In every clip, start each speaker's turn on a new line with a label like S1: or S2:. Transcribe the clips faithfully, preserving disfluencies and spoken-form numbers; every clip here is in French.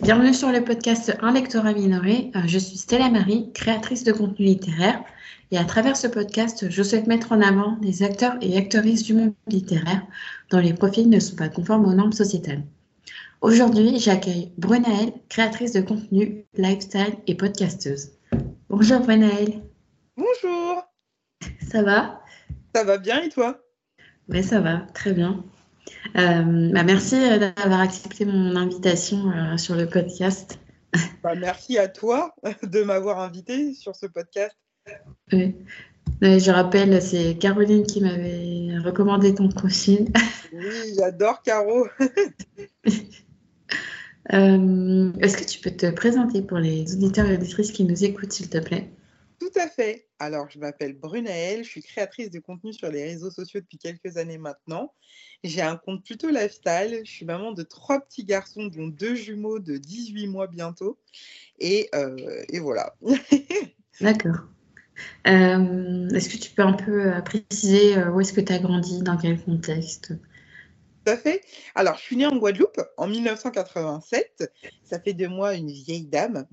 S1: Bienvenue sur le podcast Un lectorat minoré. Euh, Je suis Stella Marie, créatrice de contenu littéraire. Et à travers ce podcast, je souhaite mettre en avant les acteurs et actrices du monde littéraire dont les profils ne sont pas conformes aux normes sociétales. Aujourd'hui, j'accueille Brunaëlle, créatrice de contenu, lifestyle et podcasteuse. Bonjour Brunaëlle,
S2: Bonjour,
S1: ça va?
S2: ça va bien et toi?
S1: Oui, ça va, très bien. Euh, bah, merci euh, d'avoir accepté mon invitation euh, sur le podcast.
S2: Bah, merci à toi de m'avoir invité sur ce podcast.
S1: Oui. Euh, Je rappelle, c'est Caroline qui m'avait recommandé ton profil.
S2: Oui, j'adore Caro.
S1: Euh, est-ce que tu peux te présenter pour les auditeurs et auditrices qui nous écoutent, s'il te plaît?
S2: Tout à fait. Alors, je m'appelle Brunaëlle, je suis créatrice de contenu sur les réseaux sociaux depuis quelques années maintenant. J'ai un compte plutôt lifestyle. Je suis maman de trois petits garçons, dont deux jumeaux de dix-huit mois bientôt. Et, euh, et voilà.
S1: D'accord. Euh, est-ce que tu peux un peu euh, préciser euh, où est-ce que tu as grandi, dans quel contexte?
S2: Tout à fait. Alors, je suis née en Guadeloupe en mille neuf cent quatre-vingt-sept. Ça fait de moi une vieille dame.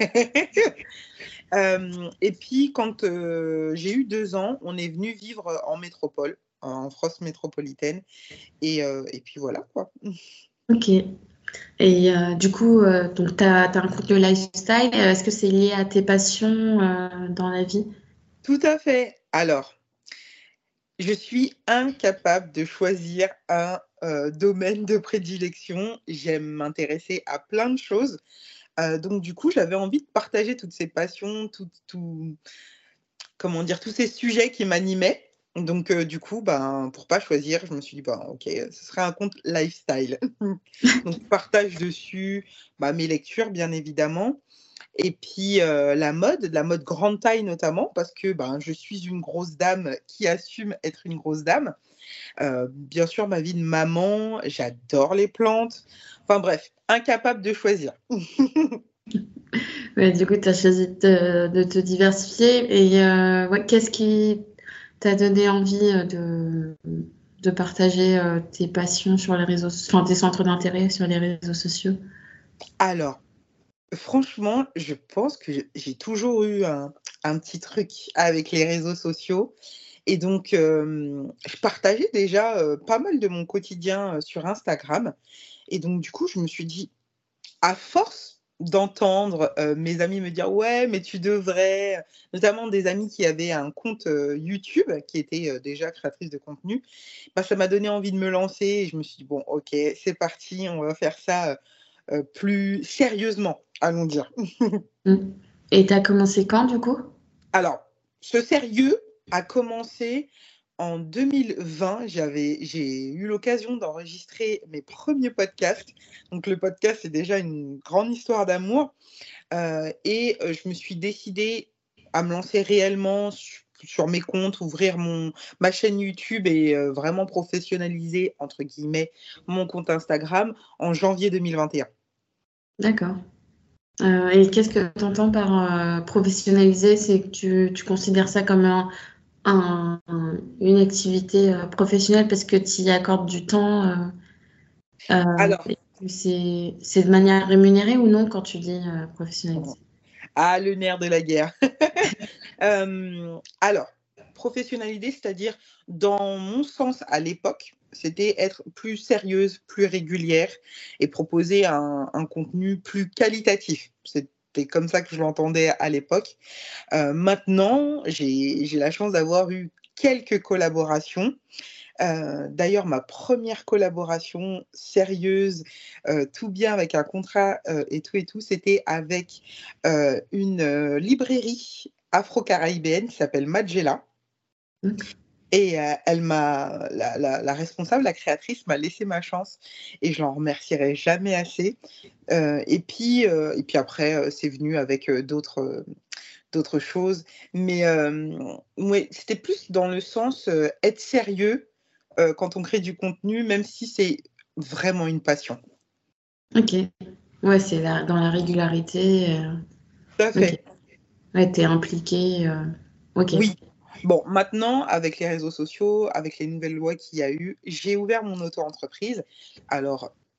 S2: Euh, et puis, quand euh, j'ai eu deux ans, on est venu vivre en métropole, en France métropolitaine. Et, euh, et puis voilà, quoi.
S1: Ok. Et euh, du coup, euh, donc tu as, un compte de lifestyle. Euh, Est-ce que c'est lié à tes passions euh, dans la vie?
S2: Tout à fait. Alors, je suis incapable de choisir un euh, domaine de prédilection. J'aime m'intéresser à plein de choses. Euh, donc, du coup, j'avais envie de partager toutes ces passions, tout, tout, comment dire, tous ces sujets qui m'animaient. Donc, euh, du coup, ben, pour pas choisir, je me suis dit, ben, ok, ce serait un compte lifestyle. Donc, je partage dessus bah, mes lectures, bien évidemment. Et puis, euh, la mode, la mode grande taille notamment, parce que ben, je suis une grosse dame qui assume être une grosse dame. Euh, bien sûr, ma vie de maman, j'adore les plantes. Enfin bref, incapable de choisir.
S1: Ouais, du coup, tu as choisi de te, de te diversifier. Et euh, ouais, qu'est-ce qui t'a donné envie euh, de, de partager euh, tes passions sur les réseaux, enfin tes centres d'intérêt sur les réseaux sociaux?
S2: Alors, franchement, je pense que j'ai toujours eu un, un petit truc avec les réseaux sociaux. Et donc, euh, je partageais déjà euh, pas mal de mon quotidien euh, sur Instagram. Et donc, du coup, je me suis dit, à force d'entendre euh, mes amis me dire ouais mais tu devrais, notamment des amis qui avaient un compte euh, YouTube qui était euh, déjà créatrice de contenu, bah, ça m'a donné envie de me lancer et je me suis dit bon ok c'est parti, on va faire ça euh, plus sérieusement, allons dire.
S1: Mm. Et tu as commencé quand, du coup?
S2: Alors ce sérieux a commencé en deux mille vingt. J'avais, j'ai eu l'occasion d'enregistrer mes premiers podcasts. Donc le podcast c'est déjà une grande histoire d'amour. Euh, et euh, je me suis décidée à me lancer réellement su- sur mes comptes, ouvrir mon, ma chaîne YouTube et euh, vraiment professionnaliser, entre guillemets, mon compte Instagram en janvier deux mille vingt et un.
S1: D'accord. Euh, et qu'est-ce que tu entends par euh, professionnaliser? C'est que tu, tu considères ça comme un, un- un- une activité euh, professionnelle parce que tu y accordes du temps. euh, euh,
S2: Alors,
S1: et que c'est, c'est de manière rémunérée ou non quand tu dis euh, professionnaliser?
S2: ah, le nerf de la guerre. Euh, alors, professionnaliser, c'est-à-dire, dans mon sens à l'époque, c'était être plus sérieuse, plus régulière et proposer un, un contenu plus qualitatif. C'était comme ça que je l'entendais à l'époque. Euh, maintenant, j'ai, j'ai la chance d'avoir eu quelques collaborations. Euh, d'ailleurs, ma première collaboration sérieuse, euh, tout bien avec un contrat euh, et tout et tout, c'était avec euh, une euh, librairie afro-caribéenne qui s'appelle Magella.
S1: Hmm.
S2: Et euh, elle m'a, la, la- la responsable, la créatrice m'a laissé ma chance et je l'en remercierai jamais assez. Euh, et puis, euh, et puis après, euh, c'est venu avec euh, d'autres, euh, d'autres choses. Mais euh, ouais, c'était plus dans le sens euh, être sérieux euh, quand on crée du contenu, même si c'est vraiment une passion.
S1: Ok. Ouais, c'est la- dans la régularité. euh,
S2: Tout à
S1: ok.
S2: fait.
S1: Ouais, t'es impliqué. euh, ok.
S2: Oui. Bon, maintenant, avec les réseaux sociaux, avec les nouvelles lois qu'il y a eu, j'ai ouvert mon auto-entreprise. Alors,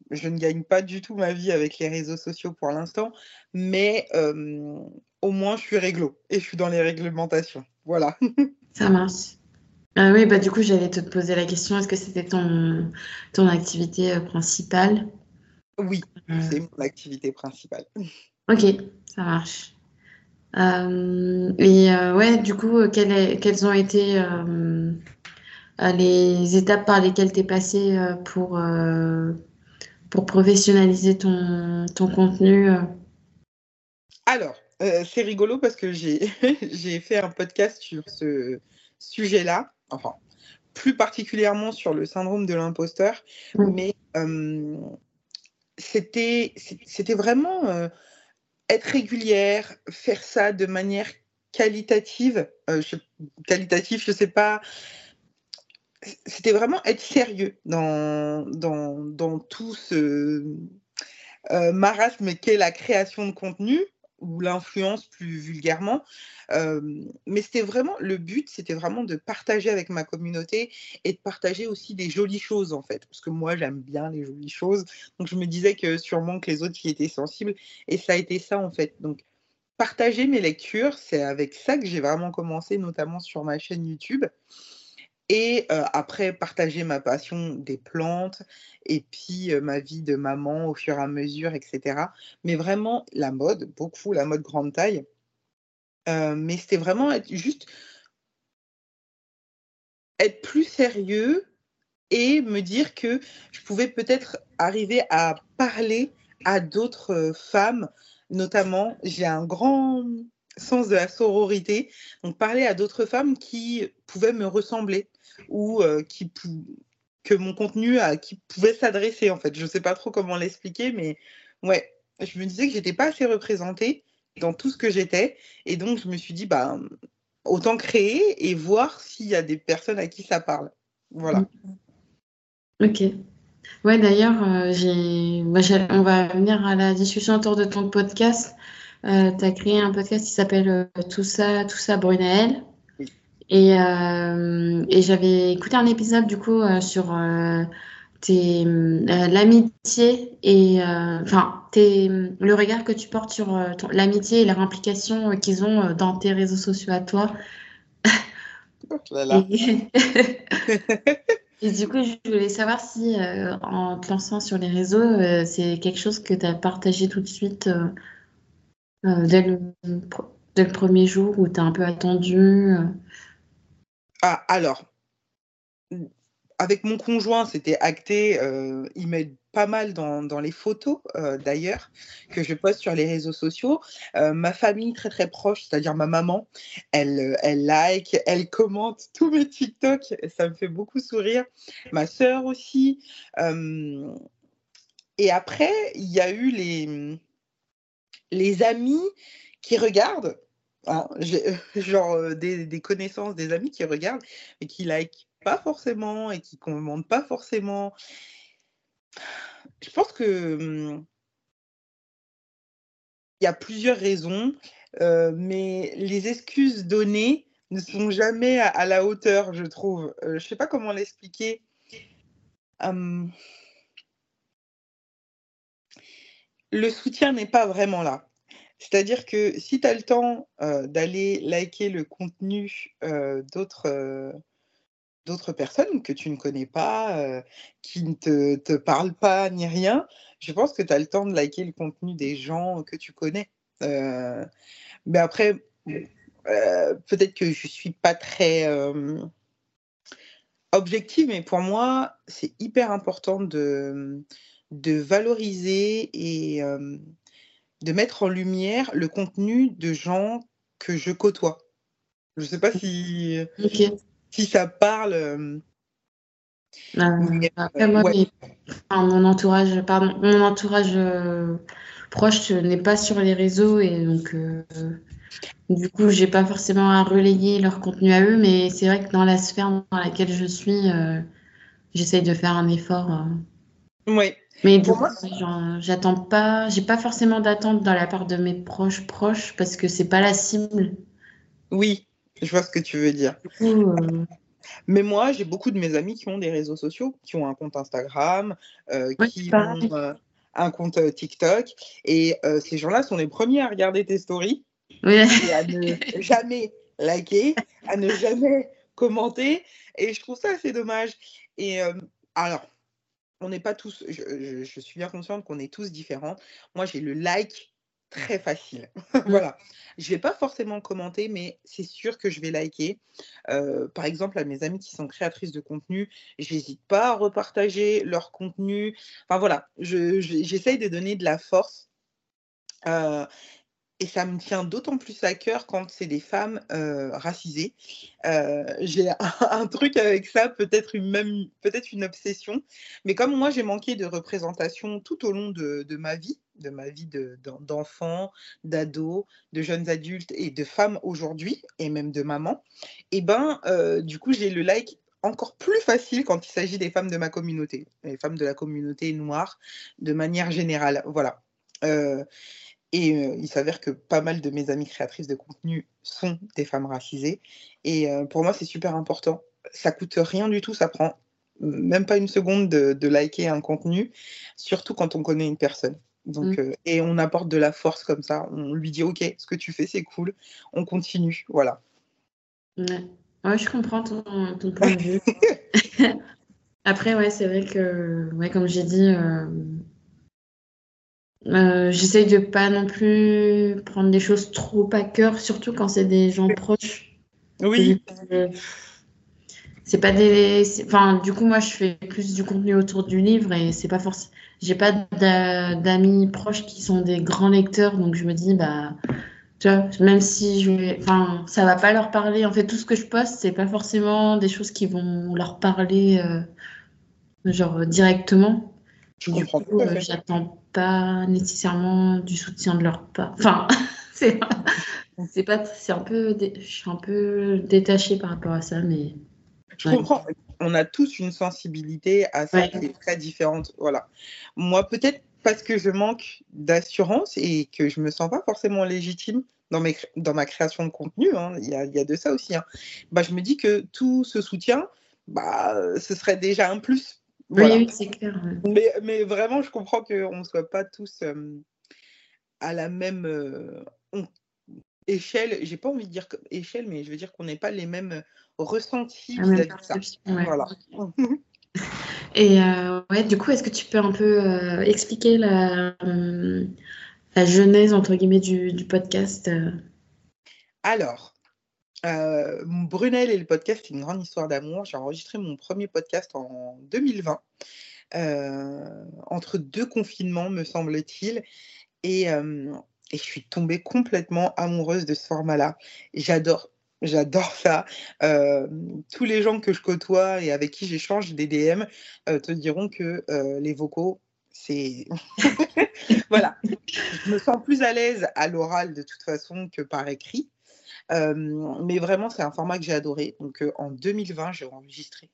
S2: je ne gagne pas du tout ma vie avec les réseaux sociaux pour l'instant, mais euh, au moins je suis réglo et je suis dans les réglementations. Voilà.
S1: Ça marche. Ah oui, bah du coup, j'allais te poser la question, est-ce que c'était ton, ton activité euh, principale?
S2: Oui,
S1: Euh,
S2: c'est mon activité principale.
S1: ok, ça marche. Euh, et euh, ouais, du coup, euh, quelles, est- quelles ont été euh, euh, les étapes par lesquelles tu es passé euh, pour, euh, pour professionnaliser ton, ton contenu? euh
S2: Alors, euh, c'est rigolo parce que j'ai j'ai fait un podcast sur ce sujet-là, enfin, plus particulièrement sur le syndrome de l'imposteur,
S1: Mm.
S2: mais euh, c'était c'est- c'était vraiment euh, être régulière, faire ça de manière qualitative, euh, je, qualitative, je sais pas, c'était vraiment être sérieux dans, dans, dans tout ce euh, marasme qu'est la création de contenu ou l'influence plus vulgairement. Euh, mais c'était vraiment, le but, c'était vraiment de partager avec ma communauté et de partager aussi des jolies choses en fait, parce que moi j'aime bien les jolies choses, donc je me disais que sûrement que les autres y étaient sensibles, et ça a été ça en fait. Donc partager mes lectures, c'est avec ça que j'ai vraiment commencé, notamment sur ma chaîne YouTube. Et euh, après, partager ma passion des plantes et puis euh, ma vie de maman au fur et à mesure, et cetera. Mais vraiment, la mode, beaucoup la mode grande taille. Euh, mais c'était vraiment être, juste être plus sérieux et me dire que je pouvais peut-être arriver à parler à d'autres euh, femmes, notamment, j'ai un grand sens de la sororité, donc parler à d'autres femmes qui pouvaient me ressembler ou euh, qui pou- que mon contenu à qui pouvait s'adresser en fait. Je ne sais pas trop comment l'expliquer, mais ouais, je me disais que j'étais pas assez représentée dans tout ce que j'étais, et donc je me suis dit bah autant créer et voir s'il y a des personnes à qui ça parle. Voilà.
S1: Ok. Ouais, d'ailleurs, euh, j'ai, bah, j'ai- on va venir à la discussion autour de ton podcast. tu as créé un podcast qui s'appelle euh, Tout ça, tout ça, Brunaël.
S2: Oui.
S1: Et, euh, et j'avais écouté un épisode du coup euh, sur euh, tes, euh, l'amitié et euh, enfin tes, le regard que tu portes sur euh, ton- l'amitié et leur implication euh, qu'ils ont euh, dans tes réseaux sociaux à toi.
S2: Oh là là.
S1: Et, et du coup, je voulais savoir si euh, en te lançant sur les réseaux, euh, c'est quelque chose que tu as partagé tout de suite euh, euh, dès le, dès le premier jour où tu as un peu attendu. euh.
S2: Ah, alors, avec mon conjoint, c'était acté. Euh, il m'aide pas mal dans, dans les photos, euh, d'ailleurs, que je poste sur les réseaux sociaux. Euh, ma famille très très proche, c'est-à-dire ma maman, elle, euh, elle like, elle commente tous mes TikTok. Ça me fait beaucoup sourire. Ma sœur aussi. Euh, et après, il y a eu les, les amis qui regardent. Hein, j'ai- genre euh, des, des connaissances, des amis qui regardent et qui like pas forcément et qui commentent pas forcément. Je pense que hum, il y a plusieurs raisons, euh, mais les excuses données ne sont jamais à, à la hauteur, je trouve. Euh, je sais pas comment l'expliquer. Hum, le soutien n'est pas vraiment là. C'est-à-dire que si tu as le temps euh, d'aller liker le contenu euh, d'autres euh, d'autres personnes que tu ne connais pas, euh, qui ne te, te parlent pas ni rien, je pense que tu as le temps de liker le contenu des gens que tu connais. Euh, mais après, bon, euh, peut-être que je suis pas très euh, objective, mais pour moi, c'est hyper important de, de valoriser et euh, de mettre en lumière le contenu de gens que je côtoie. Je sais pas si,
S1: Ok.
S2: si ça parle, euh,
S1: Euh,
S2: mais
S1: après,
S2: euh,
S1: moi,
S2: ouais,
S1: mes- enfin, mon entourage, pardon, mon entourage euh, proche n'est pas sur les réseaux et donc euh, du coup, j'ai pas forcément à relayer leur contenu à eux, mais c'est vrai que dans la sphère dans laquelle je suis, euh, j'essaye de faire un effort. euh.
S2: ouais.
S1: Mais du
S2: Pour
S1: coup,
S2: moi,
S1: ouais, genre, j'attends pas, j'ai pas forcément d'attente dans la part de mes proches proches parce que c'est pas la cible.
S2: oui, je vois ce que tu veux dire.
S1: Du coup, euh,
S2: Mais moi, j'ai beaucoup de mes amis qui ont des réseaux sociaux, qui ont un compte Instagram, euh,
S1: Ouais, c'est
S2: qui ont
S1: pareil.
S2: euh, un compte euh, TikTok. Et euh, ces gens-là sont les premiers à regarder tes stories
S1: Ouais.
S2: et à ne jamais liker, à ne jamais commenter. Et je trouve ça assez dommage. Et euh, alors, on n'est pas tous, je, je- je suis bien consciente qu'on est tous différents. Moi, j'ai le like très facile.
S1: Mm.
S2: Voilà. Je vais pas forcément commenter, mais c'est sûr que je vais liker. Euh, par exemple, à mes amies qui sont créatrices de contenu, j'hésite pas à repartager leur contenu. Enfin voilà, je, je- j'essaye de donner de la force. euh, et ça me tient d'autant plus à cœur quand c'est des femmes euh, racisées. Euh, j'ai un, un truc avec ça, peut-être une, même, peut-être une obsession. Mais comme moi, j'ai manqué de représentation tout au long de, de ma vie, de ma vie de, d'en- d'enfant, d'ado, de jeunes adultes et de femmes aujourd'hui, et même de maman, et ben, euh, du coup, j'ai le like encore plus facile quand il s'agit des femmes de ma communauté, les femmes de la communauté noire, de manière générale. Voilà. Euh, et heu, il s'avère que pas mal de mes amies créatrices de contenu sont des femmes racisées et heu, pour moi, c'est super important. Ça coûte rien du tout, ça prend même pas une seconde de de liker un contenu, surtout quand on connaît une personne.
S1: Mm.
S2: Donc heu et on apporte de la force comme ça. On lui dit: «OK, ce que tu fais, c'est cool, on continue», voilà.
S1: Ouais. Ouais, je comprends ton, ton point de vue. Après, ouais, c'est vrai que, ouais, comme j'ai dit, euh, euh, j'essaye de pas non plus prendre les choses trop à cœur, surtout quand c'est des gens proches. Vu
S2: Oui,
S1: que c'est pas des, c'est- enfin, du coup, moi, je fais plus du contenu autour du livre et c'est pas forcément, j'ai pas d'a- d'amis proches qui sont des grands lecteurs, donc je me dis, bah, tu vois, même si je vais, enfin, ça va pas leur parler. En fait, tout ce que je poste, c'est pas forcément des choses qui vont leur parler, euh, genre euh, directement.
S2: je
S1: Du
S2: comprends
S1: coup,
S2: tout à
S1: euh,
S2: fait.
S1: j'attends pas nécessairement du soutien de leur part. Enfin, c'est c'est pas, c'est un peu, dé- je suis un peu détachée par rapport à ça, mais
S2: Je
S1: ouais,
S2: comprends. On a tous une sensibilité à ça qui
S1: ouais,
S2: est très différente. Voilà. Moi, peut-être parce que je manque d'assurance et que je me sens pas forcément légitime dans, mes, cré- dans ma création de contenu, hein, il y a, il y a de ça aussi, hein. Bah, je me dis que tout ce soutien, bah, ce serait déjà un plus.
S1: oui,
S2: Voilà.
S1: oui, c'est clair. Ouais.
S2: Mais, mais vraiment, je comprends qu'on ne soit pas tous euh, à la même euh, on- échelle. J'ai pas envie de dire que- échelle, mais je veux dire qu'on n'ait pas les mêmes ressentis
S1: La même
S2: vis-à-vis de ça.
S1: perception, ouais.
S2: Voilà.
S1: Et euh, ouais, du coup, est-ce que tu peux un peu euh, expliquer la, euh, la genèse, entre guillemets, du, du podcast euh
S2: Alors, euh, Brunel et le podcast, c'est une grande histoire d'amour. J'ai enregistré mon premier podcast en deux mille vingt, euh, entre deux confinements, me semble-t-il. Et, euh, et je suis tombée complètement amoureuse de ce format-là. Et J'adore, j'adore ça. Euh, tous les gens que je côtoie et avec qui j'échange des D M euh, te diront que euh, les vocaux, c'est... Voilà. Je me sens plus à l'aise à l'oral de toute façon que par écrit. Euh, mais vraiment, c'est un format que j'ai adoré. Donc, euh, en deux mille vingt, j'ai enregistré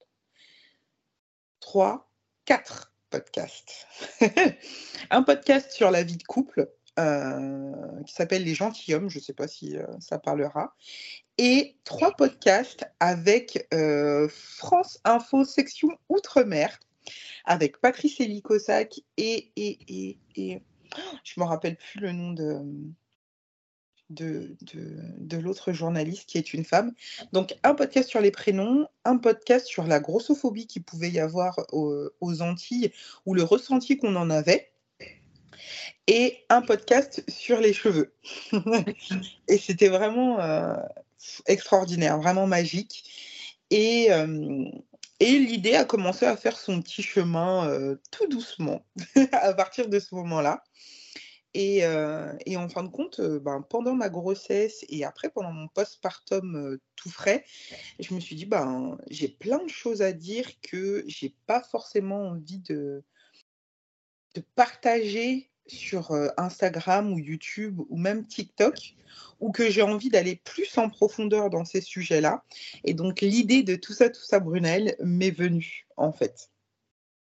S2: trois, quatre podcasts. Un podcast sur la vie de couple euh, qui s'appelle Les Gentilshommes. Je ne sais pas si euh, ça parlera. Et trois podcasts avec euh, France Info section Outre-mer, avec Patrice Elie-Cossac et, et, et, et je ne me rappelle plus le nom de, de, de, de l'autre journaliste qui est une femme. Donc, un podcast sur les prénoms, un podcast sur la grossophobie qu'il pouvait y avoir aux, aux Antilles ou le ressenti qu'on en avait, et un podcast sur les cheveux. Et c'était vraiment euh, extraordinaire, vraiment magique. Et, euh, et l'idée a commencé à faire son petit chemin euh, tout doucement à partir de ce moment-là. Et, euh, et en fin de compte, euh, ben, pendant ma grossesse et après pendant mon postpartum euh, tout frais, je me suis dit, ben, j'ai plein de choses à dire que j'ai pas forcément envie de, de partager sur euh, Instagram ou YouTube ou même TikTok, ou que j'ai envie d'aller plus en profondeur dans ces sujets-là. Et donc l'idée de tout ça, tout ça, Brunel, m'est venue en fait.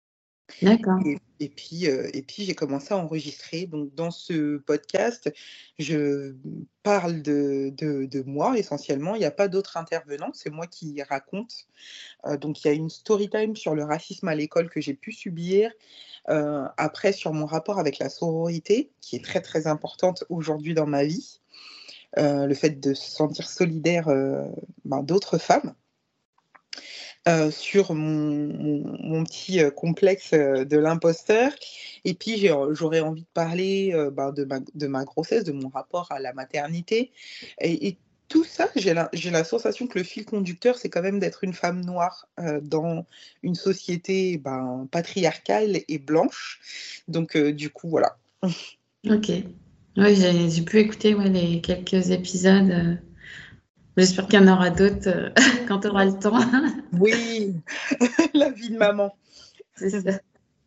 S1: D'accord.
S2: Et, et puis, euh, et puis j'ai commencé à enregistrer. Donc, dans ce podcast, je parle de, de, de moi essentiellement. Il n'y a pas d'autres intervenants, c'est moi qui raconte. Euh, donc, il y a une story time sur le racisme à l'école que j'ai pu subir. Euh, après, sur mon rapport avec la sororité, qui est très, très importante aujourd'hui dans ma vie. Euh, le fait de se sentir solidaire euh, ben, d'autres femmes. Euh, sur mon, mon, mon petit euh, complexe euh, de l'imposteur. Et puis, j'ai, j'aurais envie de parler euh, ben, de, ma, de ma grossesse, de mon rapport à la maternité. Et, et tout ça, j'ai la, j'ai la sensation que le fil conducteur, c'est quand même d'être une femme noire euh, dans une société ben, patriarcale et blanche. Donc, euh, du coup, voilà.
S1: Ok. Oui, j'ai j'ai pu écouter ouais, les quelques épisodes. euh. J'espère qu'il y en aura d'autres euh, quand tu auras le temps.
S2: Oui, la vie de maman.
S1: C'est ça.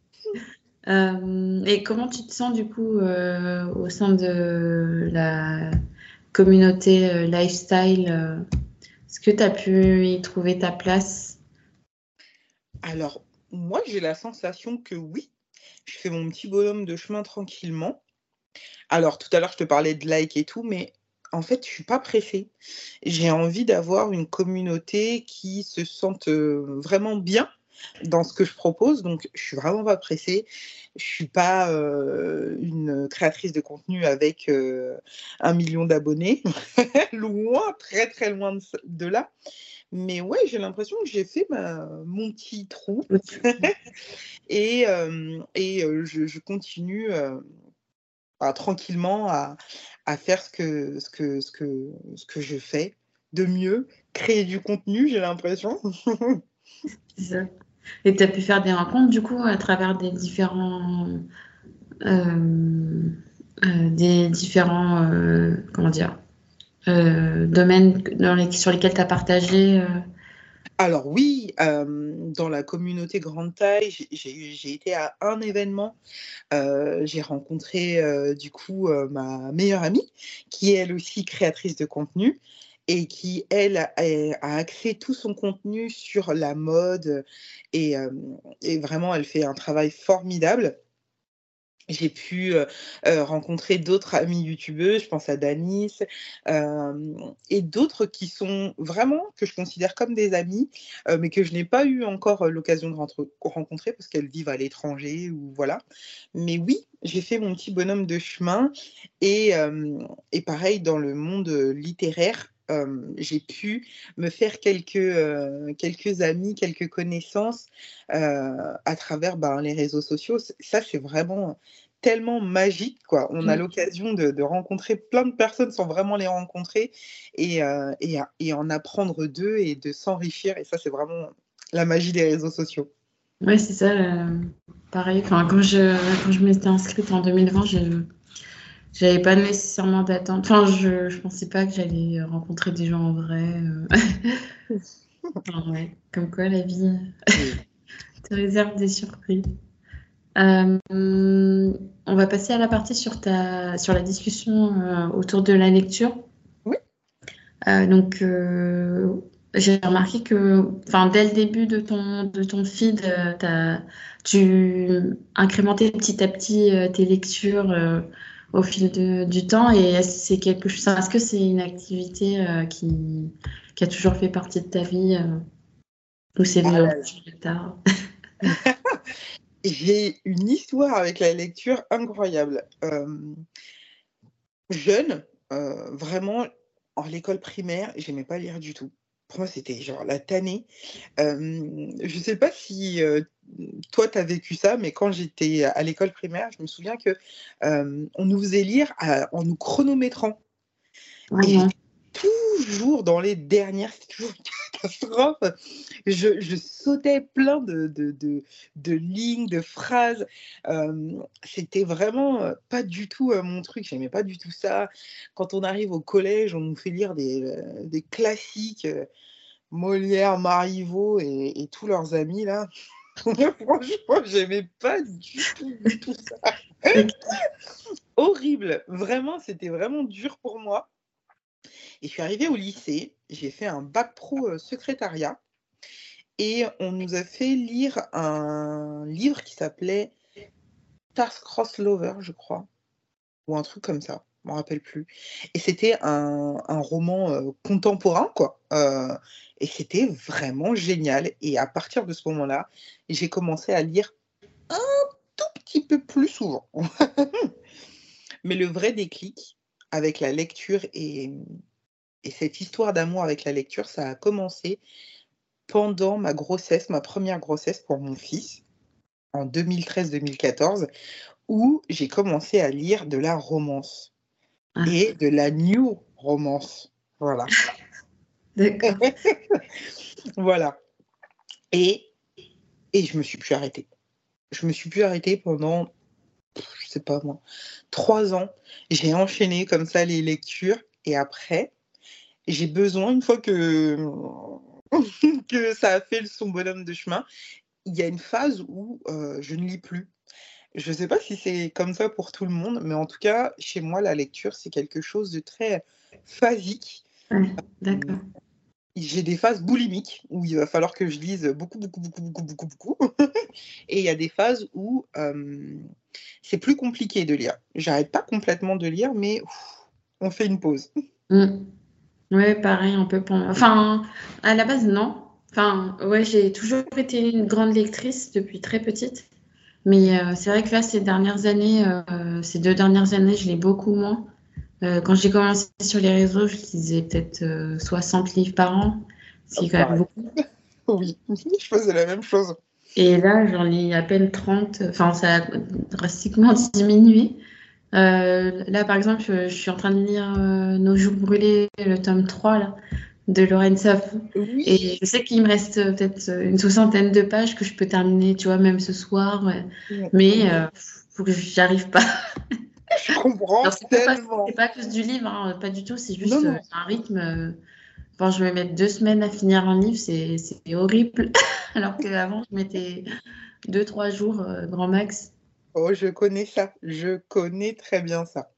S1: Euh, et comment tu te sens du coup euh, au sein de la communauté euh, lifestyle euh, Est-ce que tu as pu y trouver ta place?
S2: Alors, moi, j'ai la sensation que oui, je fais mon petit bonhomme de chemin tranquillement. Alors, tout à l'heure, je te parlais de like et tout, mais en fait, je suis pas pressée. J'ai envie d'avoir une communauté qui se sente euh, vraiment bien dans ce que je propose, donc je suis vraiment pas pressée. Je suis pas euh, une créatrice de contenu avec euh, un million d'abonnés, loin, très très loin de, de là. Mais ouais, j'ai l'impression que j'ai fait ma, mon petit trou et, euh, et euh, je, je continue euh, bah, tranquillement à, à faire ce que, ce, que, ce, que, ce que je fais de mieux, créer du contenu, j'ai l'impression.
S1: C'est ça. Et tu as pu faire des rencontres du coup à travers des différents euh, euh, des différents euh, comment dire euh, domaines dans les- sur lesquels tu as partagé. euh.
S2: Alors oui, euh, dans la communauté grande taille, j'ai, j'ai- j'ai été à un événement. Euh, j'ai rencontré euh, du coup euh, ma meilleure amie, qui est elle aussi créatrice de contenu et qui, elle, a, a axé tout son contenu sur la mode et, euh, et vraiment, elle fait un travail formidable. J'ai pu euh, euh, rencontrer d'autres amies youtubeuses, je pense à Danis, euh, et d'autres qui sont vraiment, que je considère comme des amies, euh, mais que je n'ai pas eu encore euh, l'occasion de rentre- rencontrer parce qu'elles vivent à l'étranger ou voilà. Mais oui, j'ai fait mon petit bonhomme de chemin et, euh, et pareil dans le monde euh, littéraire. euh, j'ai pu me faire quelques, euh, quelques amis, quelques connaissances euh, à travers ben, les réseaux sociaux. C- Ça, c'est vraiment tellement magique, quoi. On a l'occasion de, de rencontrer plein de personnes sans vraiment les rencontrer et, euh, et, à- et en apprendre d'eux et de s'enrichir. Et ça, c'est vraiment la magie des réseaux sociaux.
S1: Ouais, c'est ça. euh, pareil. Enfin, quand je quand je m'étais inscrite en deux mille vingt, je j'avais pas nécessairement d'attente. Enfin, je je pensais pas que j'allais rencontrer des gens en vrai. euh. Enfin, ouais. Comme quoi, la vie
S2: Oui.
S1: te réserve des surprises. Euh, on va passer à la partie sur ta, sur la discussion euh, autour de la lecture.
S2: Oui.
S1: Euh, donc, euh, j'ai remarqué que, enfin, dès le début de ton, de ton feed, euh, t'as- tu incrémentais petit à petit euh, tes lectures euh, au fil de- du temps. Et est-ce que c'est quelque chose, est-ce que c'est une activité euh, qui, qui a toujours fait partie de ta vie euh, ou c'est
S2: Ah
S1: venu
S2: là là.
S1: plus tard?
S2: J'ai une histoire avec la lecture incroyable. Euh, jeune, euh, vraiment, en l'école primaire, j'aimais pas lire du tout. Pour moi, c'était genre la tannée. Euh, je sais pas si euh, toi, tu as vécu ça, mais quand j'étais à l'école primaire, je me souviens que euh, on nous faisait lire à- en nous chronométrant.
S1: Ouais,
S2: Et
S1: non.
S2: j'étais toujours dans les dernières, c'était toujours une catastrophe. Je, je sautais plein de, de, de, de lignes, de phrases. Euh, c'était vraiment euh, pas du tout euh, mon truc. J'aimais pas du tout ça. Quand on arrive au collège, on nous fait lire des, euh, des classiques, euh, Molière, Marivaux et, et tous leurs amis là. Franchement, j'aimais pas du tout, du tout ça. Horrible. Vraiment, c'était vraiment dur pour moi. Et je suis arrivée au lycée, j'ai fait un bac pro euh, secrétariat. et on nous a fait lire un livre qui s'appelait Star-Crossed Lovers, je crois, ou un truc comme ça, je m'en rappelle plus. Et c'était un, un roman euh, contemporain, quoi. Euh, et c'était vraiment génial. Et à partir de ce moment-là, j'ai commencé à lire un tout petit peu plus souvent. Mais le vrai déclic avec la lecture et, et cette histoire d'amour avec la lecture, ça a commencé pendant ma grossesse, ma première grossesse pour mon fils, en deux mille treize deux mille quatorze, où j'ai commencé à lire de la romance
S1: Ah,
S2: et de la new romance. Voilà.
S1: d'accord.
S2: Voilà. Et, et je me suis plus arrêtée. Je me suis plus arrêtée pendant, je sais pas moi, trois ans. J'ai enchaîné comme ça les lectures et après, j'ai besoin, une fois que, que ça a fait son bonhomme de chemin, il y a une phase où euh, je ne lis plus. Je ne sais pas si c'est comme ça pour tout le monde, mais en tout cas, chez moi, la lecture, c'est quelque chose de très phasique.
S1: Ouais,
S2: Mmh,
S1: d'accord.
S2: j'ai des phases boulimiques où il va falloir que je lise beaucoup, beaucoup, beaucoup, beaucoup, beaucoup, beaucoup. Et il y a des phases où hem, c'est plus compliqué de lire. J'arrête pas complètement de lire, mais ouf, on fait une pause.
S1: Mm. Ouais, pareil, un peu pour moi. Enfin, à la base, non. Enfin, ouais, j'ai toujours été une grande lectrice depuis très petite. Mais euh, c'est vrai que là, ces dernières années, euh, ces deux dernières années, je lis beaucoup moins. Euh, quand j'ai commencé sur les réseaux, je lisais peut-être euh, soixante livres par an, ce qui est quand même
S2: Pareil.
S1: beaucoup.
S2: Oui, je faisais la même chose.
S1: Et là, j'en lis à peine trente. Enfin, ça a drastiquement diminué. Euh, là, par exemple, je, je suis en train de lire euh, Nos jours brûlés, le tome trois là, de Lorraine Safou.
S2: Oui,
S1: Et je sais qu'il me reste euh, peut-être euh, une soixantaine de pages que je peux terminer, tu vois, même ce soir. Ouais.
S2: mmh,
S1: Mais euh, faut que j'y arrive pas.
S2: je comprends
S1: Alors, c'est pas, pas- c'est
S2: tellement.
S1: pas à cause du livre, hein, pas du tout. C'est
S2: Non,
S1: juste euh,
S2: non.
S1: un rythme. euh, Quand je me mets deux semaines à finir un livre, c'est c'est horrible. Alors qu'avant, je mettais deux, trois jours, euh, grand max.
S2: Oh, je connais ça. Je connais très bien ça.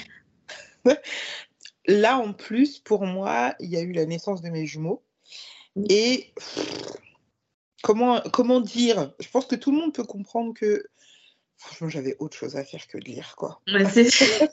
S2: Là, en plus, pour moi, il y a eu la naissance de mes jumeaux et comment comment dire? Je pense que tout le monde peut comprendre que franchement, j'avais autre chose à faire que de lire, quoi.
S1: Ouais, c'est...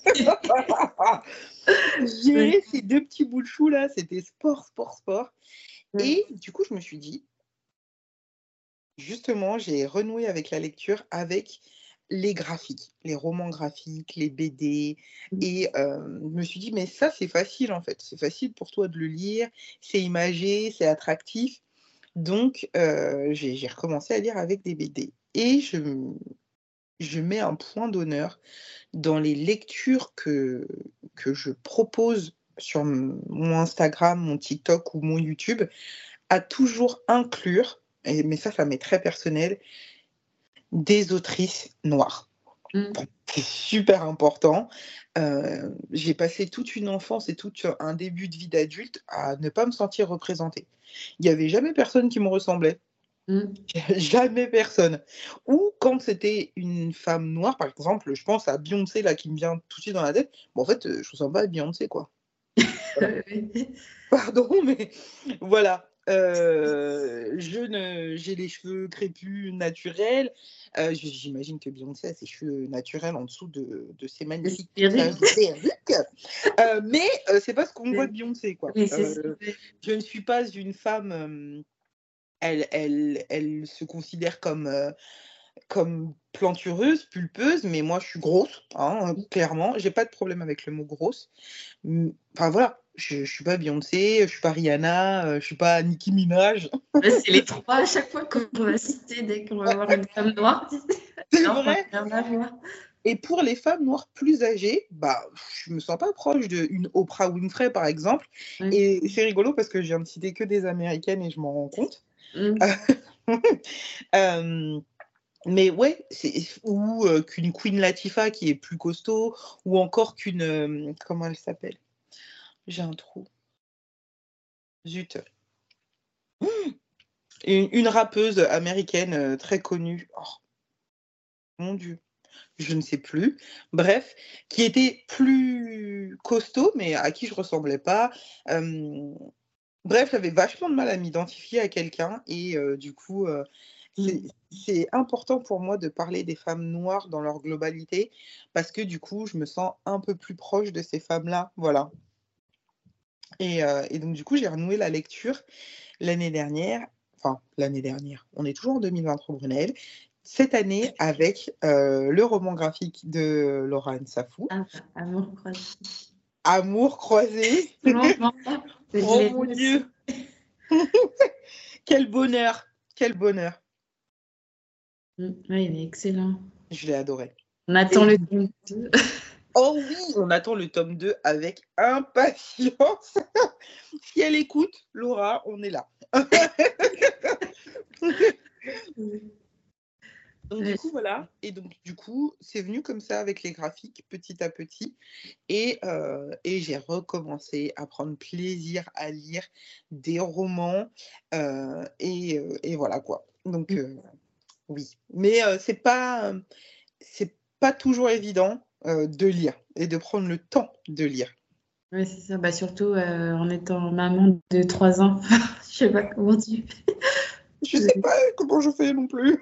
S1: Ouais.
S2: Gérer ces deux petits bouts de chou là, c'était sport, sport, sport
S1: Ouais.
S2: et du coup, je me suis dit justement, j'ai renoué avec la lecture, avec les graphiques, les romans graphiques, les B D et heu, je me suis dit: «Mais ça, c'est facile, en fait. C'est facile pour toi de le lire, c'est imagé, c'est attractif». Donc heu, j'ai j'ai recommencé à lire avec des B D et je m je mets un point d'honneur dans les lectures que que je propose sur m mon Instagram, mon TikTok ou mon YouTube, à toujours inclure et mais ça, ça m'est très personnel, des autrices noires.
S1: Mm.
S2: Pour c'est super important. Heu, j'ai passé toute une enfance et tout un début de vie d'adulte à ne pas me sentir représentée. Il y avait jamais personne qui me ressemblait.
S1: Mm.
S2: Jamais personne. Ou quand c'était une femme noire, par exemple, je pense à Beyoncé là qui me vient tout de suite dans la tête. Bon en fait, heu, je ressemble pas à Beyoncé quoi. Voilà.
S1: Ouais.
S2: Pardon, mais voilà. Heu, je ne j'ai les cheveux crépus naturels. Heu, j j'imagine que Beyoncé a ses cheveux naturels en dessous de de ses magnifiques
S1: Espérer.
S2: euh, perruques. Heu, mais heu, c'est pas ce qu'on voit de Beyoncé quoi.
S1: Oui, c'est ça.
S2: Heu, je ne suis pas une femme, hem, elle elle elle se considère comme, heu comme plantureuse, pulpeuse, mais moi je suis grosse, hein, heu, clairement. J'ai pas de problème avec le mot grosse. Mmh, enfin voilà, je je suis pas Beyoncé, je suis pas Rihanna, heu, je suis pas Nicki Minaj.
S1: Ouais, c'est les trois à chaque fois qu'on va citer dès qu'on va voir une femme noire.
S2: C'est
S1: Non, ça
S2: vrai
S1: n'a rien à voir.
S2: et pour les femmes noires plus âgées, bah, je me sens pas proche d'une Oprah Winfrey, par exemple
S1: Ouais.
S2: et c'est rigolo parce que je viens de citer que des américaines et je m'en rends compte.
S1: Mm.
S2: Hem Mais ouais, c'est ou heu, qu'une Queen Latifah qui est plus costaud ou encore qu'une, hem, comment elle s'appelle? J'ai un trou. Zut. Une une rappeuse américaine, heu, très connue. Oh mon Dieu, je ne sais plus. Bref, qui était plus costaud, mais à qui je ressemblais pas. Hem, Bref, j'avais vachement de mal à m'identifier à quelqu'un et heu, du coup, heu, c'est
S1: Mmh.
S2: c'est important pour moi de parler des femmes noires dans leur globalité parce que du coup, je me sens un peu plus proche de ces femmes-là, voilà. Et heu et donc du coup, j'ai renoué la lecture l'année dernière, enfin l'année dernière, on est toujours en deux mille vingt-trois Brunel, cette année avec, heu, le roman graphique de Laura Nsafou,
S1: Ah bah, Amour croisé.
S2: Amour croisé.
S1: Tout le monde m'en parle. Je
S2: Oh
S1: l'ai
S2: mon
S1: lu aussi.
S2: Dieu! Quel bonheur! Quel bonheur!
S1: Mmh, ouais, il est excellent.
S2: Je l'ai adoré.
S1: On attend
S2: Et
S1: le tome deux.
S2: oh oui, on attend le tome deux avec impatience. Si elle écoute, Laura, on est là. Donc du
S1: Ouais.
S2: coup, voilà et donc du coup, c'est venu comme ça avec les graphiques, petit à petit et heu et j'ai recommencé à prendre plaisir à lire des romans, heu et heu et voilà quoi. Donc
S1: Mmh.
S2: heu, oui. Mais heu, c'est pas, hem, c'est pas toujours évident, heu, de lire et de prendre le temps de lire.
S1: Ouais, c'est ça. Bah, surtout, heu, en étant maman de trois enfants. Je sais pas comment tu
S2: Je sais
S1: fais.
S2: pas comment je fais non plus.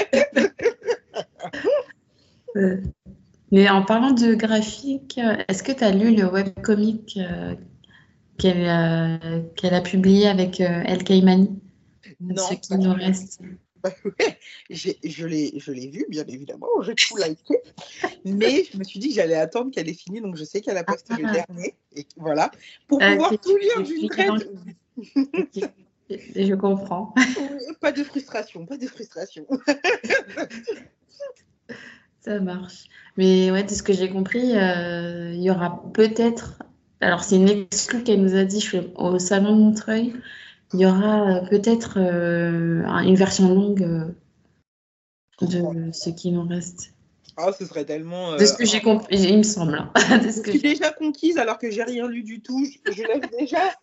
S1: Heu, mais en parlant de graphique, heu, est-ce que tu as lu le webcomic, heu, qu'elle, heu, qu'elle a publié avec, heu, El Kaimani? Ce
S2: Non,
S1: qui
S2: parce
S1: nous
S2: que
S1: reste.
S2: bah, ouais, j'ai je l'ai je l'ai vu bien évidemment, j'ai tout liké, mais je me suis dit que j'allais attendre qu'elle ait fini, donc je sais qu'elle a posté le
S1: Ah!
S2: dernier et voilà, pour
S1: OK,
S2: pouvoir tout
S1: tu
S2: lire
S1: l'as
S2: d'une
S1: plié dans
S2: traite.
S1: OK, et je comprends.
S2: Oui, pas de frustration, pas de frustration.
S1: Ça marche. Mais ouais, de ce que j'ai compris, heu, il y aura peut-être, alors c'est une exclue qu'elle nous a dit, je fais au salon de Montreuil, il y aura, heu, peut-être, heu, un une version longue, heu,
S2: Oh là
S1: de
S2: là.
S1: ce qui nous reste.
S2: Ah, ce serait tellement,
S1: De
S2: heu,
S1: ce que j'ai
S2: oh,
S1: compris, il me semble, hein. De ce
S2: je
S1: que
S2: suis
S1: j'ai
S2: déjà conquise alors que j'ai rien lu du tout, je je l'aime déjà.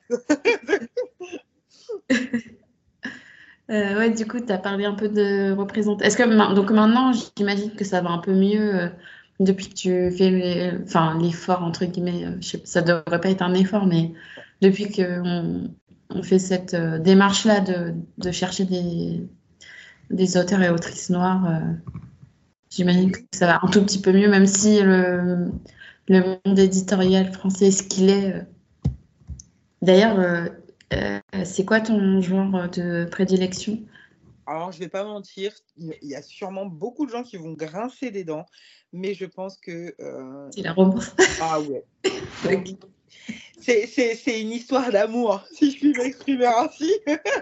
S1: heu, ouais, du coup, tu as parlé un peu de représentation. Est-ce que main donc maintenant, j'imagine que ça va un peu mieux, heu, depuis que tu fais les enfin «l'effort» entre guillemets, heu, je sais ça devrait pas être un effort, mais depuis qu'on on fait cette, heu, démarche-là de de chercher des des auteurs et autrices noirs, heu, j'imagine que
S2: Oui.
S1: ça va un tout petit peu mieux, même si le le monde éditorial français est ce qu'il est, heu. D'ailleurs, heu heu, c'est quoi ton genre de prédilection?
S2: Alors je vais pas mentir, il y a il y a sûrement beaucoup de gens qui vont grincer des dents, mais je pense que, heu,
S1: C'est la romance?
S2: ah ouais, oh
S1: OK.
S2: oui. C'est c'est c'est une histoire d'amour, si je puis m'exprimer ainsi.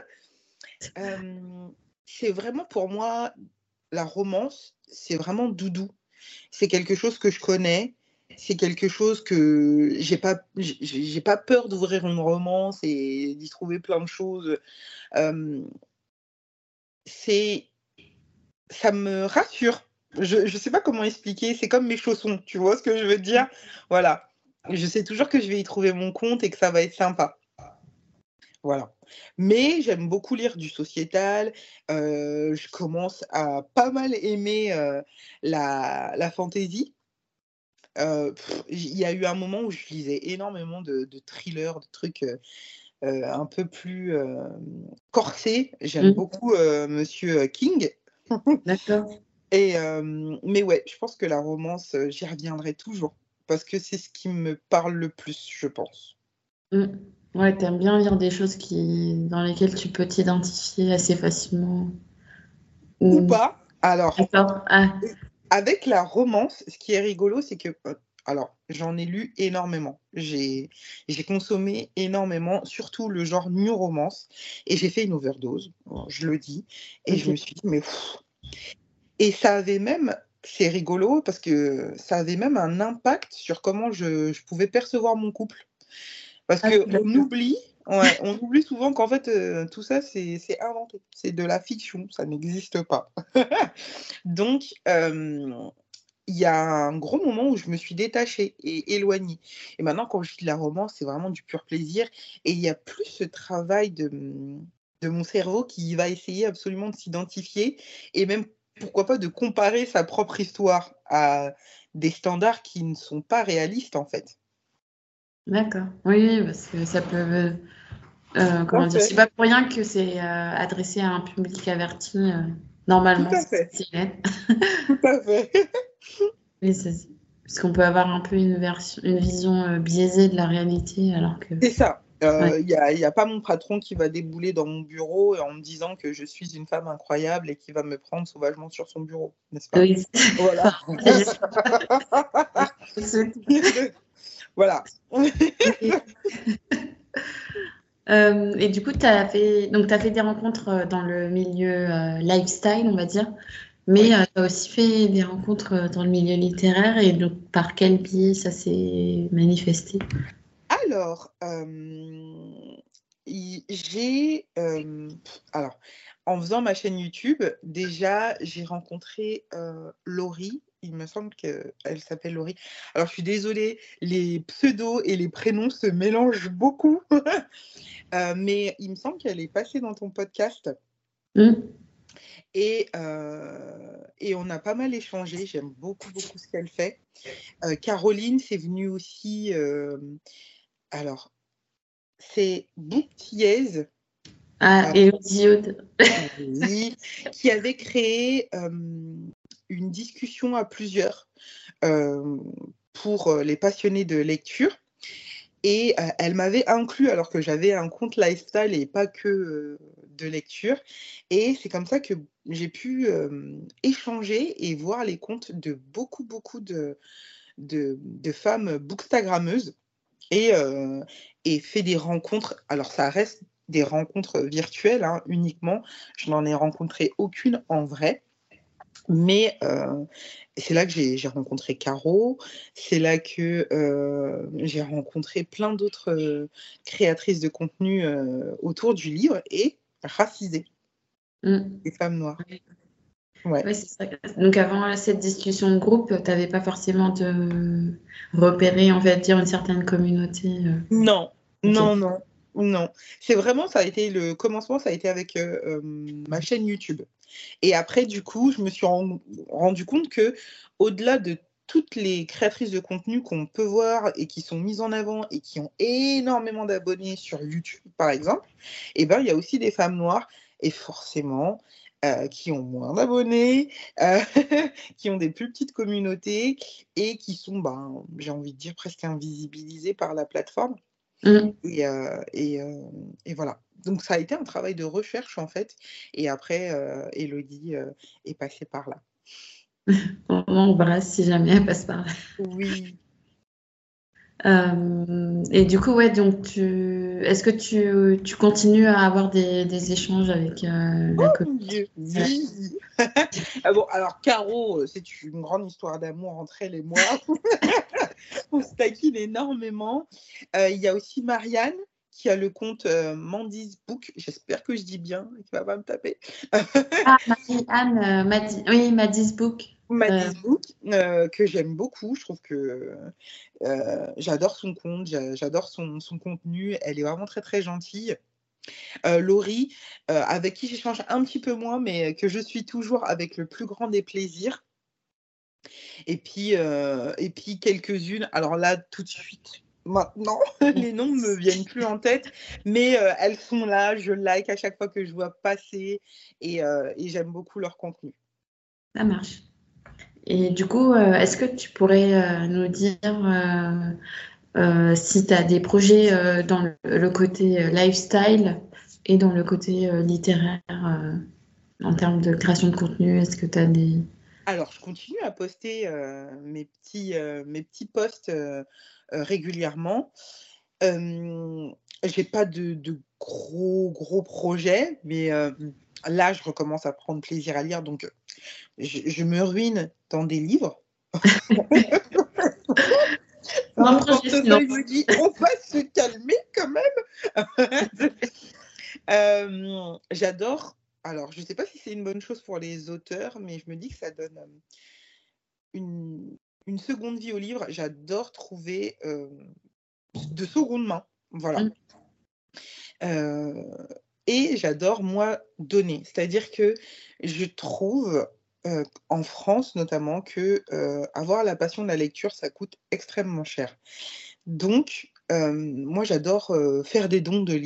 S2: Hem, c'est vraiment pour moi, la romance, c'est vraiment doudou. C'est quelque chose que je connais, c'est quelque chose que j'ai pas j'ai j'ai j'ai pas peur d'ouvrir une romance et d'y trouver plein de choses, hem, c'est ça me rassure. Je je sais pas comment expliquer, c'est comme mes chaussons, tu vois ce que je veux dire? Voilà. Je sais toujours que je vais y trouver mon compte et que ça va être sympa. Voilà. Mais j'aime beaucoup lire du sociétal, heu, je commence à pas mal aimer, heu, la la fantaisie. Heu, il y a eu un moment où je lisais énormément de de thrillers, de trucs, heu heu, un peu plus, hem, corsés. J'aime
S1: Mmh,
S2: beaucoup, heu, monsieur, King
S1: d'accord.
S2: et hem, mais ouais, je pense que la romance, heu, j'y reviendrai toujours parce que c'est ce qui me parle le plus, je pense.
S1: Mmh. Ouais, tu aimes bien lire des choses qui dans lesquelles tu peux t'identifier assez facilement.
S2: Ou
S1: Mmh.
S2: pas. Alors,
S1: D'accord. Ah,
S2: avec la romance, ce qui est rigolo, c'est que, heu, alors j'en ai lu énormément. J'ai j'ai consommé énormément, surtout le genre new romance et j'ai fait une overdose, bon, je le dis et je
S1: OK.
S2: me suis dit: «Mais» pff, et ça avait même c'est rigolo parce que ça avait même un impact sur comment je je pouvais percevoir mon couple. Parce
S1: Ah,
S2: qu'on
S1: d'accord.
S2: oublie ouais, on oublie souvent qu'en fait, heu, tout ça c'est c'est inventé. C'est de la fiction, ça n'existe pas. Donc hem il y a un gros moment où je me suis détachée et éloignée et maintenant quand je lis la romance, c'est vraiment du pur plaisir et il y a plus ce travail de, mmh, de mon cerveau qui va essayer absolument de s'identifier et même, pourquoi pas, de comparer sa propre histoire à des standards qui ne sont pas réalistes, en fait.
S1: D'accord. Oui, oui, parce que ça peut Euh,
S2: Tout à
S1: comment dire, c'est
S2: fait,
S1: pas pour rien que c'est euh, adressé à un public averti. euh,
S2: tout
S1: normalement,
S2: à
S1: c'est
S2: fait,
S1: censé l'être.
S2: tout à fait.
S1: Oui, c'est- parce qu'on peut avoir un peu une version, une vision euh, biaisée de la réalité, alors que.
S2: C'est ça.
S1: Ouais.
S2: Il n'y a, y a pas mon patron qui va débouler dans mon bureau en me disant que je suis une femme incroyable et qui va me prendre sauvagement sur son bureau, n'est-ce pas?
S1: Oui.
S2: Voilà.
S1: Enfin, j'espère pas. Je sais.
S2: Voilà.
S1: Euh, et du coup, tu as fait, donc, t'as fait des rencontres euh, dans le milieu euh, lifestyle, on va dire, mais
S2: Oui.
S1: tu as aussi fait des rencontres euh, dans le milieu littéraire. Et donc, par quel biais ça s'est manifesté?
S2: Alors, euh, y- j'ai... euh, pff, alors, en faisant ma chaîne YouTube, déjà, j'ai rencontré euh, Laurie. Il me semble qu'elle s'appelle Laurie. Alors, je suis désolée, les pseudos et les prénoms se mélangent beaucoup. Euh, mais il me semble qu'elle est passée dans ton podcast
S1: Hmm.
S2: et, euh, et on a pas mal échangé. J'aime beaucoup, beaucoup ce qu'elle fait. Euh, Caroline, c'est venu aussi. euh, alors, c'est Bouktiez,
S1: Ah,
S2: euh,
S1: et Aude.
S2: oui, qui avait créé euh, une discussion à plusieurs euh, pour euh, les passionnés de lecture. Et euh, elle m'avait inclus alors que j'avais un compte lifestyle et pas que euh, de lecture. Et c'est comme ça que j'ai pu euh, échanger et voir les comptes de beaucoup, beaucoup de, de, de femmes bookstagrammeuses et, euh, et fait des rencontres. Alors ça reste des rencontres virtuelles hein, uniquement. Je n'en ai rencontré aucune en vrai. Mais euh, c'est là que j'ai j'ai rencontré Caro, c'est là que euh, j'ai rencontré plein d'autres euh, créatrices de contenu euh, autour du livre et racisées,
S1: Hmm.
S2: des femmes noires. Ouais.
S1: Ouais, c'est ça. Donc avant cette discussion de groupe, tu n'avais pas forcément de repérer, on va dire, une certaine communauté. euh.
S2: Non,
S1: Ok.
S2: non, non, non. C'est vraiment, ça a été le commencement, ça a été avec euh, euh, ma chaîne YouTube. Et après, du coup, je me suis ren- rendu compte que, au-delà de toutes les créatrices de contenu qu'on peut voir et qui sont mises en avant et qui ont énormément d'abonnés sur YouTube, par exemple, eh ben, il y a aussi des femmes noires et forcément euh, qui ont moins d'abonnés, euh, qui ont des plus petites communautés et qui sont, ben, j'ai envie de dire, presque invisibilisées par la plateforme.
S1: Hmm.
S2: Et, euh, et, euh, et voilà. Donc ça a été un travail de recherche en fait. Et après, euh, Élodie euh, est passée par là.
S1: On embrasse si jamais elle passe par là.
S2: Oui.
S1: Euh, et du coup, ouais, donc tu, est-ce que tu, tu continues à avoir des, des échanges avec euh, la
S2: Mon
S1: communauté?
S2: Dieu, oui. Ah bon, alors Caro, euh, c'est une grande histoire d'amour entre elle et moi. On se taquine énormément. Euh, Il y a aussi Marianne qui a le compte euh, Mandy's Book. J'espère que je dis bien, qui va pas me taper.
S1: Ah, Marie-Anne euh, m'a dit, oui, m'a dit ce book. Euh,
S2: Mandy's Book, euh, que j'aime beaucoup. Je trouve que euh, j'adore son compte, j'a- j'adore son, son contenu. Elle est vraiment très très gentille. Euh, Laurie, euh, avec qui j'échange un petit peu moins, mais que je suis toujours avec le plus grand des plaisirs. Et puis, euh, et puis quelques-unes. Alors là, tout de suite, maintenant, les noms ne me viennent plus en tête, mais euh, elles sont là. Je like à chaque fois que je vois passer et, euh, et j'aime beaucoup leur contenu.
S1: ça marche. Et du coup, euh, est-ce que tu pourrais euh, nous dire euh, euh, si tu as des projets euh, dans le, le côté euh, lifestyle et dans le côté euh, littéraire euh, en termes de création de contenu? Est-ce que tu as des...
S2: Alors, je continue à poster euh, mes petits, euh, mes petits posts euh, euh, régulièrement. Euh, j'ai pas de, de gros, gros projets, mais euh, là, je recommence à prendre plaisir à lire, donc je, je me ruine dans des livres.
S1: Un
S2: Mon
S1: projet sinon.
S2: portefeuille me dit, on va se calmer quand même. Euh, j'adore. Alors, je ne sais pas si c'est une bonne chose pour les auteurs, mais je me dis que ça donne euh, une, une seconde vie au livre. J'adore trouver euh, de seconde main. Voilà.
S1: Mm.
S2: Euh, et j'adore, moi, donner. C'est-à-dire que je trouve, euh, en France notamment, que euh, avoir la passion de la lecture, ça coûte extrêmement cher. Donc, euh, moi, j'adore euh, faire des dons de livres.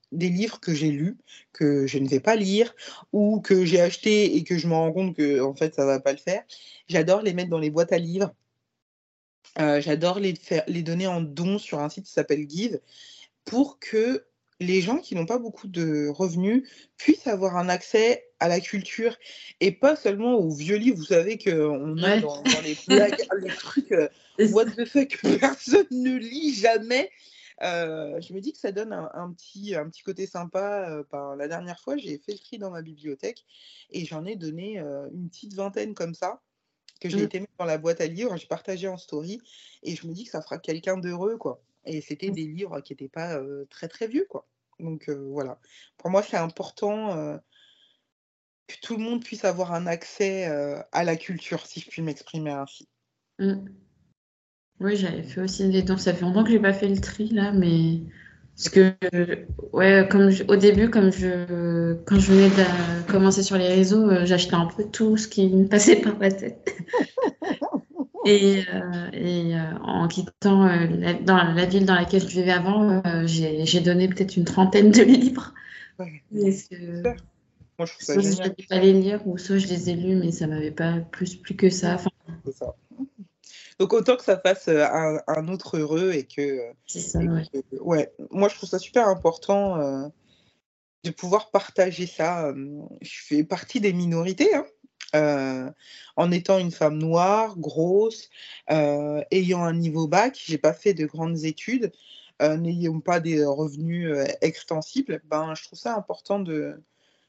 S2: des livres que j'ai lus, que je ne vais pas lire, ou que j'ai achetés et que je me rends compte que en fait, ça va pas le faire. J'adore les mettre dans les boîtes à livres. Heu, j'adore les faire les donner en don sur un site qui s'appelle Give, pour que les gens qui n'ont pas beaucoup de revenus puissent avoir un accès à la culture et pas seulement aux vieux livres, vous savez, qu'on a
S1: Ouais.
S2: dans dans les placards, les trucs, heu,
S1: C'est
S2: what
S1: ça.
S2: the fuck, que personne ne lit jamais. Heu, je me dis que ça donne un un petit un petit côté sympa. Heu, ben, la dernière fois, j'ai fait le tri dans ma bibliothèque et j'en ai donné, heu, une petite vingtaine comme ça, que j'ai
S1: Mmh.
S2: été mettre dans la boîte à livres. J'ai partagé en story et je me dis que ça fera quelqu'un d'heureux, quoi, et c'était des livres qui étaient pas, heu, très, très vieux, quoi, donc heu, voilà. Pour moi, c'est important, heu, que tout le monde puisse avoir un accès, heu, à la culture, si je puis m'exprimer ainsi.
S1: Mmh. Oui, j'avais fait aussi des dons. Ça fait longtemps que j'ai pas fait le tri là, mais parce que ouais, comme je- au début, comme je quand je venais de commencer sur les réseaux, euh, j'achetais un peu tout ce qui me passait par la tête. Et, euh, et euh, en quittant euh, la, dans la ville dans laquelle je vivais avant, euh, j'ai j'ai donné peut-être une trentaine de livres.
S2: Ouais, bah,
S1: Parce que
S2: super. Moi, je trouve ça
S1: soit je
S2: génial.
S1: n'allais pas les lire, ou soit je les ai lus, mais ça m'avait pas plus plus que ça.
S2: Mmh,
S1: Enfin,
S2: c'est ça. Donc autant que ça fasse, heu, un un autre heureux et que, heu
S1: c'est ça,
S2: et
S1: ouais.
S2: que ouais, moi, je trouve ça super important, heu, de pouvoir partager ça. Hem, je fais partie des minorités, hein, heu, en étant une femme noire, grosse, heu, ayant un niveau bac, j'ai pas fait de grandes études, heu, n'ayant pas des revenus, heu, extensibles, ben, je trouve ça important de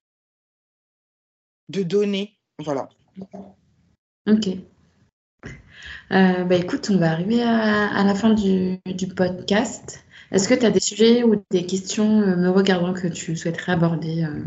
S2: de donner, voilà.
S1: Ok. Euh, bah écoute, on va arriver à, à la fin du, du podcast. Est-ce que tu as des sujets ou des questions euh, me regardant que tu souhaiterais aborder euh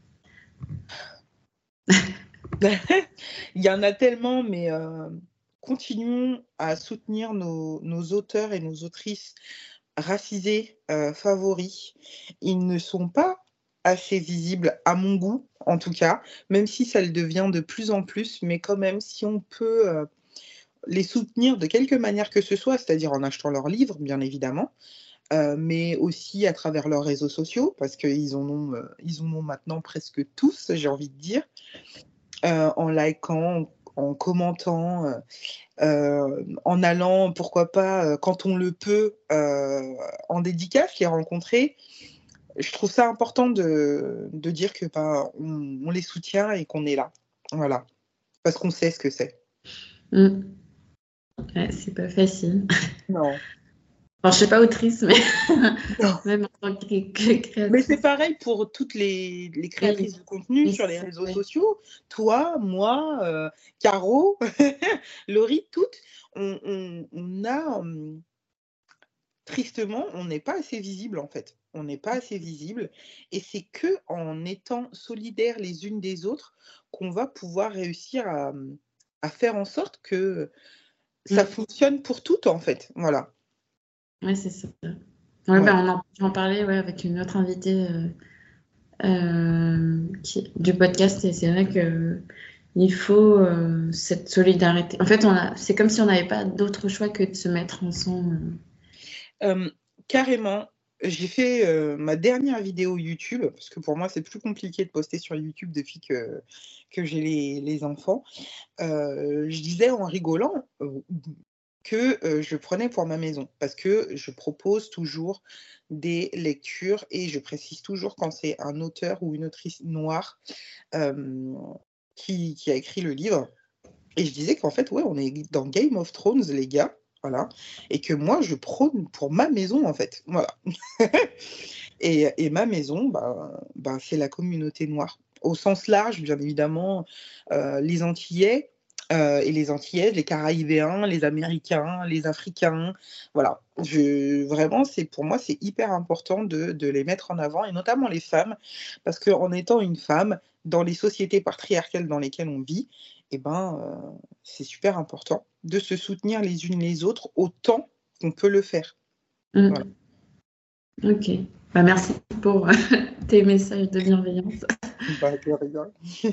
S2: Il y en a tellement, mais heu, continuons à soutenir nos nos auteurs et nos autrices racisés, heu, favoris. Ils ne sont pas assez visibles, à mon goût, en tout cas, même si ça le devient de plus en plus, mais quand même, si on peut, heu, les soutenir de quelque manière que ce soit, c'est-à-dire en achetant leurs livres, bien évidemment, heu, mais aussi à travers leurs réseaux sociaux, parce qu'ils en ont, heu, ils en ont maintenant presque tous, j'ai envie de dire, heu, en likant, en commentant, heu heu, en allant, pourquoi pas, heu, quand on le peut, heu, en dédicace, les rencontrer. Je trouve ça important de de dire que, ben, on on les soutient et qu'on est là. Voilà, parce qu'on sait ce que c'est.
S1: Hmm. Ouais, c'est pas facile.
S2: Non,
S1: Enfin, je suis pas autrice, mais
S2: non.
S1: même en tant que, que
S2: Mais c'est
S1: créatrice.
S2: pareil pour toutes les les
S1: Oui,
S2: créatrices de contenu
S1: oui,
S2: sur
S1: c'est
S2: les
S1: ça,
S2: réseaux
S1: ouais.
S2: sociaux. Toi, moi, heu, Caro, Laurie, toutes, on on on a, hem tristement, on n'est pas assez visible, en fait. On n'est pas assez visible et c'est qu'en étant solidaires les unes des autres qu'on va pouvoir réussir à, mmh, à faire en sorte que ça
S1: Hmm.
S2: fonctionne pour toutes, en fait. Voilà.
S1: Ouais, c'est ça. Ouais,
S2: Ouais.
S1: bah, on en, j'en parlais ouais, avec une autre invitée euh, euh, qui- du podcast, et c'est vrai que il faut euh, cette solidarité. En fait, on a, c'est comme si on n'avait pas d'autre choix que de se mettre ensemble.
S2: Hem, carrément, j'ai fait, heu, ma dernière vidéo YouTube, parce que pour moi, c'est plus compliqué de poster sur YouTube depuis que que j'ai les les enfants. Heu, je disais en rigolant, heu, que, heu, je prenais pour ma maison parce que je propose toujours des lectures et je précise toujours quand c'est un auteur ou une autrice noire, hem, qui qui a écrit le livre, et je disais qu'en fait, ouais, on est dans Game of Thrones, les gars, voilà, et que moi, je prône pour ma maison, en fait, voilà. Et et ma maison, ben ben, c'est la communauté noire. Au sens large, bien évidemment, heu, les Antillais, heu et les Antillaises, les Caraïbéens, les Américains, les Africains, voilà. Je vraiment, c'est pour moi, c'est hyper important de de les mettre en avant et notamment les femmes, parce qu'en étant une femme, dans les sociétés patriarcales dans lesquelles on vit, et ben, heu, c'est super important de se soutenir les unes les autres autant qu'on peut le faire. Voilà.
S1: Hmm. Ok. Bah, merci pour euh, tes messages de bienveillance.
S2: Bah, de rien.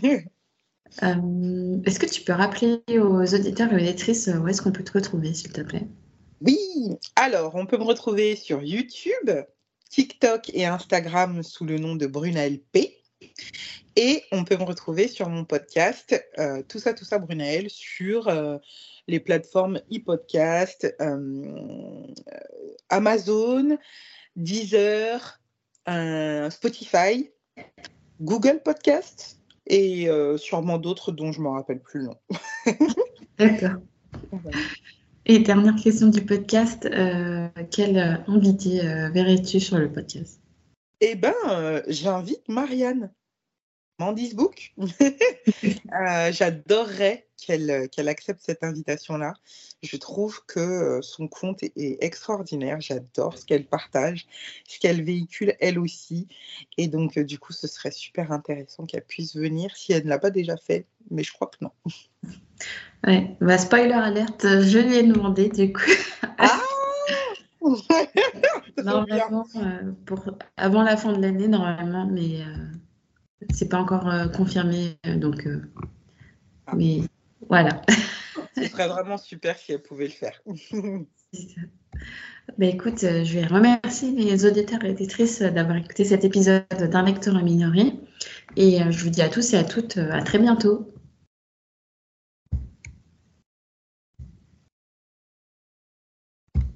S1: Euh, est-ce que tu peux rappeler aux auditeurs et aux auditrices euh, où est-ce qu'on peut te retrouver, s'il te plaît?
S2: Oui, alors on peut me retrouver sur YouTube, TikTok et Instagram sous le nom de Brunaël P. Et on peut me retrouver sur mon podcast euh, Tout ça, tout ça, Brunaël, sur euh, les plateformes e-podcast, euh, Amazon, Deezer, euh, Spotify, Google Podcast et euh, sûrement d'autres dont je ne me rappelle plus le nom.
S1: D'accord.
S2: Voilà.
S1: Et dernière question du podcast, euh, quel euh, invité euh, verrais-tu sur le podcast?
S2: Eh bien, euh, j'invite Marianne. Mandy's Book. euh, j'adorerais qu'elle, qu'elle accepte cette invitation-là. Je trouve que euh, son compte est, est extraordinaire. J'adore ce qu'elle partage, ce qu'elle véhicule elle aussi. Et donc, euh, du coup, ce serait super intéressant qu'elle puisse venir si elle ne l'a pas déjà fait. Mais je crois que non.
S1: Ouais, bah, spoiler alerte, je lui ai demandé du coup.
S2: Ah
S1: Normalement, euh, pour, avant la fin de l'année, normalement, mais euh, c'est pas encore euh, confirmé. euh, donc, euh,
S2: ah.
S1: Mais voilà.
S2: Ce serait vraiment super si elle pouvait le faire.
S1: Bah, écoute, euh, je vais remercier les auditeurs et auditrices d'avoir écouté cet épisode d'un lecteur amélioré. Et euh, je vous dis à tous et à toutes euh, à très bientôt.